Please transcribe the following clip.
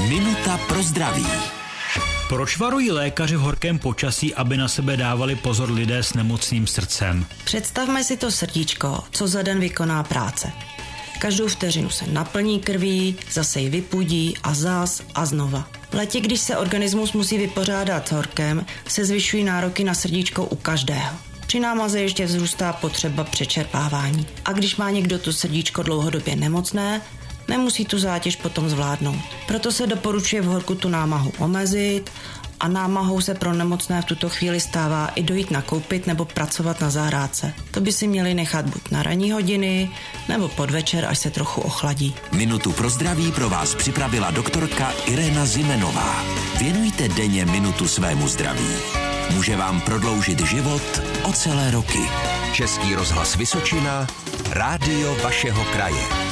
Minuta pro zdraví. Proč varují lékaři v horkém počasí, aby na sebe dávali pozor lidé s nemocným srdcem? Představme si to srdíčko, co za den vykoná práce. Každou vteřinu se naplní krví, zase ji vypudí a zás a znova. V létě, když se organismus musí vypořádat s horkem, se zvyšují nároky na srdíčko u každého. Při námaze ještě vzrůstá potřeba přečerpávání. A když má někdo to srdíčko dlouhodobě nemocné, nemusí tu zátěž potom zvládnout. Proto se doporučuje v horku tu námahu omezit a námahou se pro nemocné v tuto chvíli stává i dojít nakoupit nebo pracovat na zahrádce. To by si měli nechat buď na ranní hodiny nebo podvečer, až se trochu ochladí. Minutu pro zdraví pro vás připravila doktorka Irena Zimenová. Věnujte denně minutu svému zdraví. Může vám prodloužit život o celé roky. Český rozhlas Vysočina, rádio vašeho kraje.